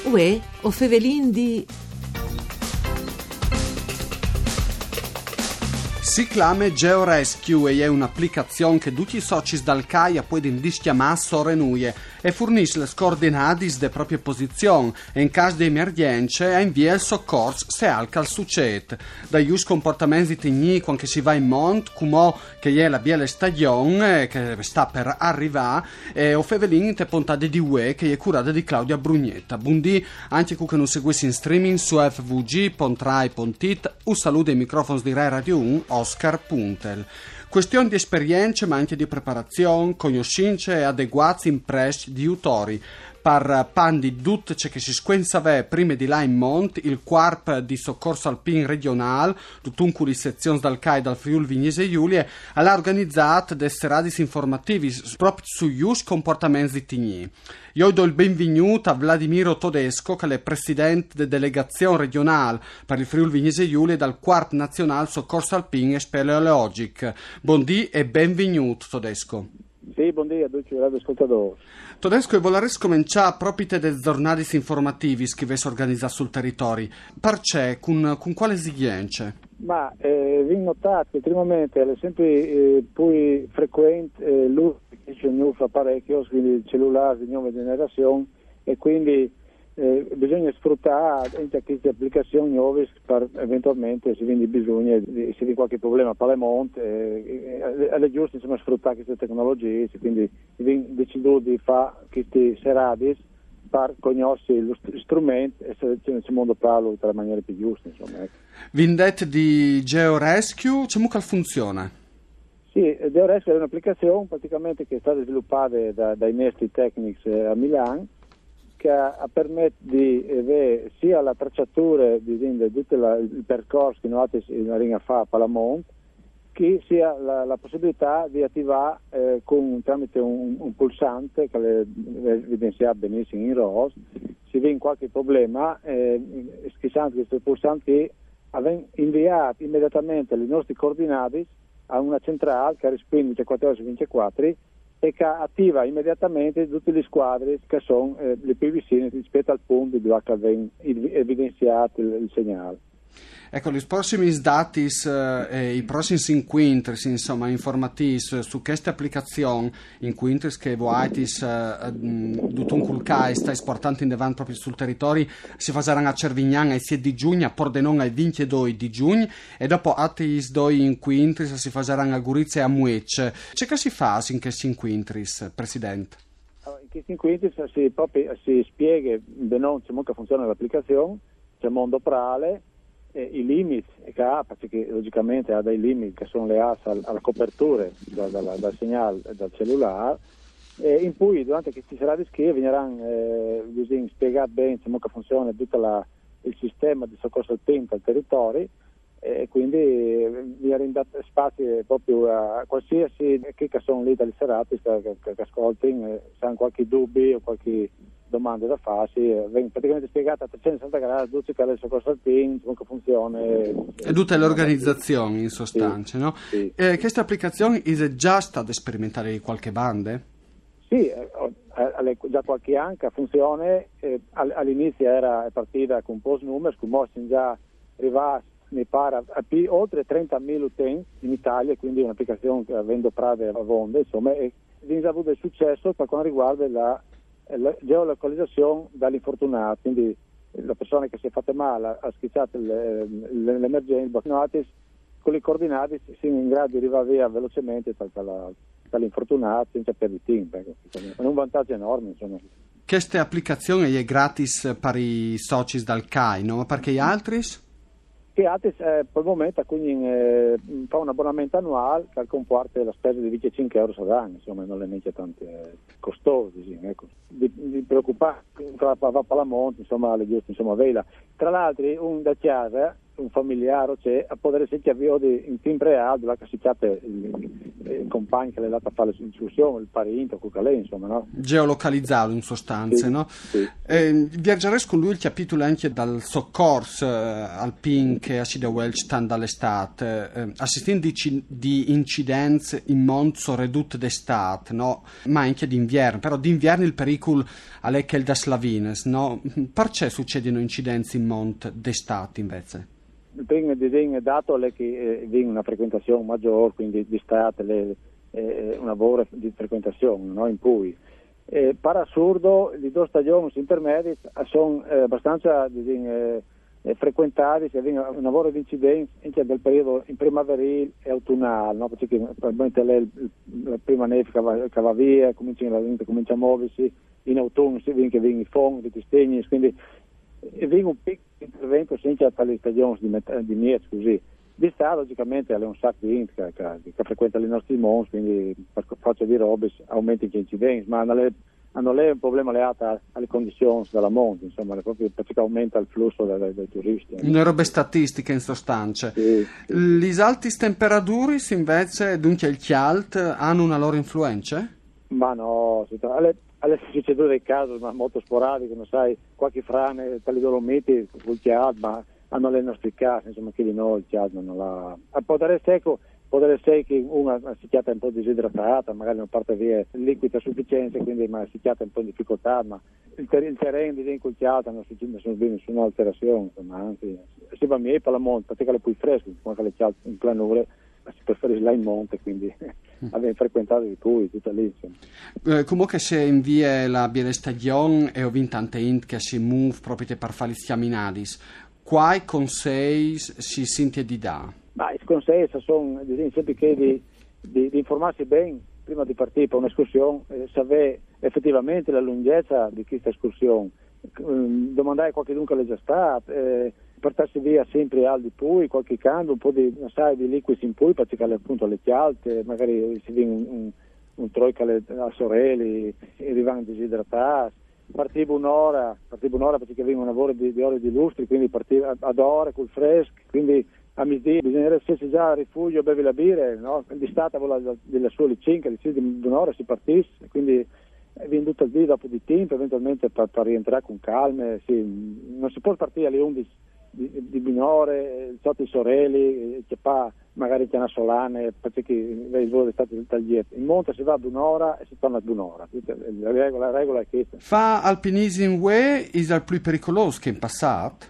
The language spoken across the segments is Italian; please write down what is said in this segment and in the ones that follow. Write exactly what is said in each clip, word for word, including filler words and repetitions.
Uè, o Fevelin di... Si chiama GeoRescue e è un'applicazione che tutti i soci dal C A I possono chiamare sorenuie e fornisce le coordinate delle proprie posizioni e in caso di emergenza invia il soccorso se alca il succede. Dagli us comportamenti tegni quando si va in monte, come che è la biele stagione che sta per arrivare, e o Fevelin te puntate di U E che è curata di Claudia Brugnetta. Buondì anche che non seguissi in streaming su f v g punto rai punto it. Un saluto ai microfoni di Rai Radio uno. Oscar Puntel. Questione di esperienze ma anche di preparazione, conoscenze e adeguati impressi di autori. Per pan di tutto ciò che si squensava prima di là in Mont, il Corpo di Soccorso Alpin Regionale, tutt'unque di sezioni dal C A I dal Friuli Vignese Giulie, ha organizzato dei serati informativi proprio sugli comportamenti di Tigni. Io do il benvenuto a Vladimiro Todesco, che è presidente della delegazione regionale per il Friuli Vignese Giulie dal Corpo Nazionale Soccorso Alpin e Speleologic. Buondì e benvenuto, Todesco. Sì, buondì a tutti gli ascoltatori. Todesco, e volerei cominciare proprio dei giornali informativi che vi organizzati sul territorio. Perché, con, con quale esigenze? Ma eh, vi notate che ultimamente è sempre eh, più frequente eh, l'uso di nuovi apparecchi, quindi cellulari di nuova generazione, e quindi eh, bisogna sfruttare anche queste applicazioni nuove per eventualmente se quindi bisogna di, se di qualche problema per le monte eh, eh, è giusto insomma sfruttare queste tecnologie, quindi decido di fare questi seradi per conoscere lo strumento e se nel mondo parlo della maniera più giusta, insomma. Ecco. Vindet di GeoRescue, come funziona? Sì, GeoRescue è un'applicazione praticamente che è stata sviluppata da, dai Nesti Technics a Milano, che permette di avere sia la tracciatura di, di tutto la, il percorso che noi abbiamo a fare per la monte, che sia la, la possibilità di attivare eh, con, tramite un, un pulsante che è evidenziato benissimo in rosa. Se viene qualche problema, eh, schissando questo pulsante che avviene inviato immediatamente le nostre coordinate a una centrale che risponde ventiquattro ore su ventiquattro e che attiva immediatamente tutte le squadre che sono eh, le più vicine rispetto al punto dove viene evidenziato il, il segnale. Ecco, i prossimi dati e i prossimi incontri, insomma, informativi su queste applicazioni, incontri che voi tutto un culcai sta esportando in davanti proprio sul territorio, si faranno a Cervignano il sei di giugno, a Pordenone il ventidue di giugno e dopo altri due incontri si faranno a Gurizia e a Muecce. C'è che si fa in questi incontri, Presidente? In questi incontri si, proprio, si spiega bene come funziona l'applicazione, c'è il mondo prale, Eh, i limiti che ha, perché logicamente ha dei limiti che sono legati al, alla copertura da, da, dal segnale dal cellulare, e in cui durante questi serati che verranno eh, spiegati bene come funziona tutto la, il sistema di soccorso alpino al territorio, e quindi eh, viene dato spazio proprio a qualsiasi che sono lì dalle serate che, che, che ascoltano, eh, se hanno qualche dubbio o qualche domande da farsi, vengono praticamente spiegate a trecentosessanta gradi tutto che è il soccorso alpino, come funziona e tutte le organizzazioni in sostanza, sì, no? Sì. Eh, questa applicazione è già stata sperimentata di qualche bande? Sì, eh, già qualche anno che funziona, eh, all'inizio era partita con post numeri, con mostri già arrivati mi pare a, a più, oltre trentamila utenti in Italia, quindi un'applicazione che avendo prade a vonda, insomma, e ha avuto il successo per quanto riguarda la la geolocalizzazione dall'infortunato, quindi la persona che si è fatta male ha schizzato le, le, l'emergenza, con le coordinate si è in grado di arrivare via velocemente dall'infortunato senza perdere tempo. È un vantaggio enorme, insomma. Questa applicazione è gratis per i soci dal C A I, no? Ma perché gli altri? Che altri eh, per il momento quindi eh, fa un abbonamento annuale che comporta la spesa di venticinque euro all'anno, insomma non è neanche tanto eh, costoso, sì, ecco. di, di preoccupare va per la monte, insomma le giuste, insomma vela. Tra l'altro un da chiesa un familiare c'è, a poter essere che avvio di in tempo reale, la che si chiama il, il compagno che l'è dato a fare l'instruzione, il parente, o quello che è, insomma, no? Geolocalizzato in sostanza, sì, no? Sì. Eh, viaggerei con lui il capitolo anche dal soccorso eh, alpin che a Sida Welch sta dall'estate, eh, assistendo di, ci, di incidenze in monzo redute d'estate, no? Ma anche d'inverno, però d'inverno il pericolo è che il da Slavines, no? Perché succedono incidenze in monte d'estate invece? Il primo disegno dato è che eh, viene una frequentazione maggiore, quindi d'estate le, eh, una buona di frequentazione, no? In cui eh, per assurdo le due stagioni intermedie sono eh, abbastanza disegno, eh, frequentati, se viene un lavoro di incidenza anche del periodo in primaverile e autunnale, no? Perché probabilmente lei, la prima neve che va, che va via, comincia, la gente comincia a muoversi, in autunno si vede che vengono i funghi, i testegni, quindi e viene un piccolo intervento senza per le stagioni di, met- di miez così. Di sta logicamente è un sacco di gente che, che, che frequenta le nostre mons, quindi per faccia di robe aumenta gli incidenti, ma non è, non è un problema legato alle condizioni della monte, insomma, è proprio perché aumenta il flusso dei, dei, dei turisti. Una robe statistiche in sostanza. Sì, sì. Gli alti temperature invece, dunque il chialt, hanno una loro influenza? Ma no, alle, alle succedute dei casi, ma molto sporadiche, non sai, qualche frane, tali Dolomiti, col chiad, ma hanno le nostre case, insomma, che di noi il chiad non la... A poter essere, poter essere che una si chiata un po' disidratata, magari non parte via liquida a sufficienza, quindi ma si chiata un po' in difficoltà, ma il, ter- il terreno di col chiad non succede nessuna alterazione, insomma, anzi, si va meglio per la monte, perché le più fresche, come le chiad in planure, si preferisce là in monte, quindi abbiamo frequentato di più, tutta lì, insomma. Eh, comunque se in via la biele stagione e ho vinto tante int che si muove proprio per fare gli schiaminadis, quai consigli si sente di dà? Ma i consigli sono sempre che di, di, di informarsi bene prima di partire per un'escursione, eh, sapere effettivamente la lunghezza di questa escursione, eh, domandare a qualcuno che l'è già stato, eh, portarsi via sempre al di pui, qualche cambio, un po' di, non sai, di liquidi in pui, perché appunto alle chialte, magari si viene un, un, un troica a sorelle, e rimangono disidratati. Partivo un'ora, partivo un'ora perché aveva un lavoro di, di ore di lustri, quindi partiva ad ore col fresco, quindi a mezz'ora bisognerebbe essere già a rifugio, bevi la birra, no? Di stata della sua licinca, di un'ora si partisse, quindi viene tutto il dì dopo di tempo, eventualmente per, per rientrare con calma, sì. Non si può partire alle undici di, di minore, sotto i sorelli, che fa magari c'è una solane, perché il volo è stato tagliato. In monte si va ad un'ora e si torna ad un'ora. La regola, la regola è questa. Fa alpinismo UE è il più pericoloso che in passato?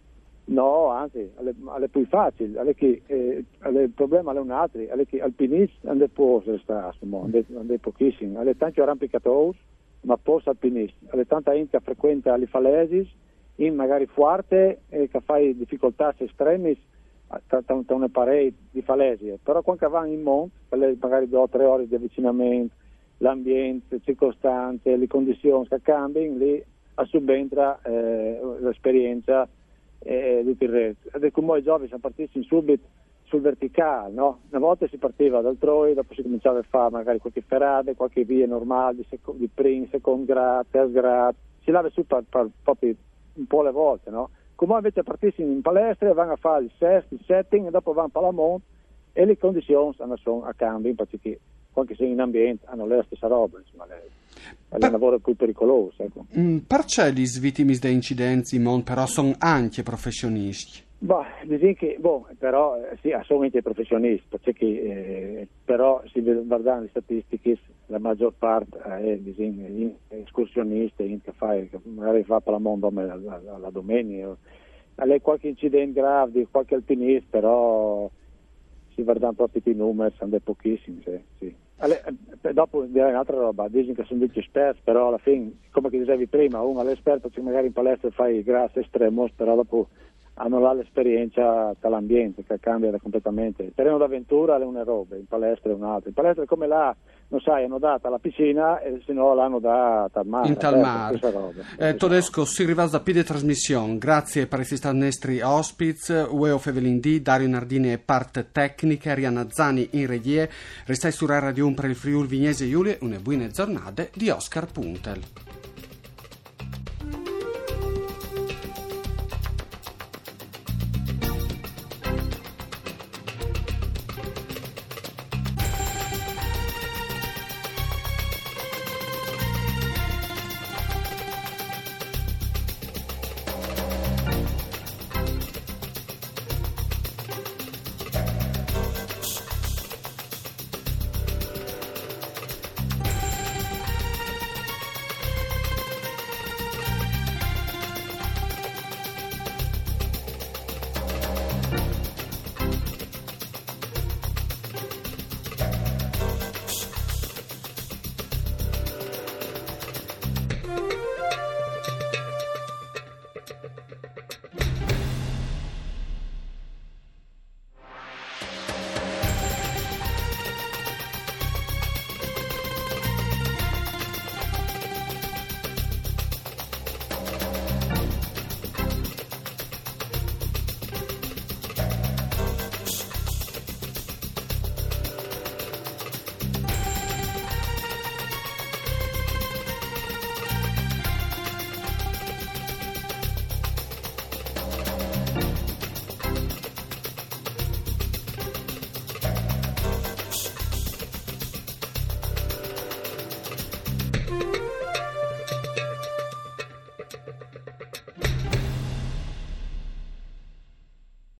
No, anzi, è più facile, è che eh, il problema è un altro, è che alpinisti non è poco restare, non è pochissimo, è tanti arrampicatori, ma poco alpinisti, è tanta gente che frequenta le falesi, in magari forte e che fa difficoltà estreme tra, tra, tra una parete di falesi, però quando vanno in monte, magari due o tre ore di avvicinamento, l'ambiente, le circostanze, le condizioni che cambiano, lì subentra eh, l'esperienza e tutto il resto. Ed è come i giovani sono partiti subito sul verticale, no? Una volta si partiva dal Troy, dopo si cominciava a fare magari qualche ferrade, qualche via normale di, seco- di primo, secondo grado, terzo grado, si lava su per, per, proprio un po' alle volte, no? Come invece partiti in palestra, vanno a fare il sesto, il setting, e dopo vanno per la monte e le condizioni sono a cambio, perché anche se in ambiente hanno la stessa roba, insomma, le, è per... un lavoro più pericoloso. Ecco. Mm, perché gli vittime di incidenti mon, però sono anche professionisti? Boh, diciamo che, boh, però, sì, sono anche professionisti, perché, eh, però si guardano le statistiche, la maggior parte è diciamo, escursionista, che fa, che magari fa per la mondo la, la, la domenica, ha qualche incidente grave di qualche alpinista, però si guardano proprio i numeri, sono pochissimi, sì, sì. Alle, eh, dopo direi un'altra roba, dicono che sono degli esperti, però alla fine, come che dicevi prima, uno è l'esperto che magari in palestra fai grasso estremo, però dopo hanno là l'esperienza dall'ambiente che cambia completamente. Il terreno d'avventura è una roba, in palestra è un'altra. In palestra è come là, non sai, hanno data alla piscina e se no l'hanno data al mare. In tal mare. Eh, Todesco, si rivasa più di trasmissione. Grazie per essere stati nostri ospiti. Ueo Fevelin D, Dario Nardini e parte tecnica, Arianna Zani in regie. Restai su Rai Radio uno per il Friuli Vignese Giulia. Una buona giornata di Oscar Puntel.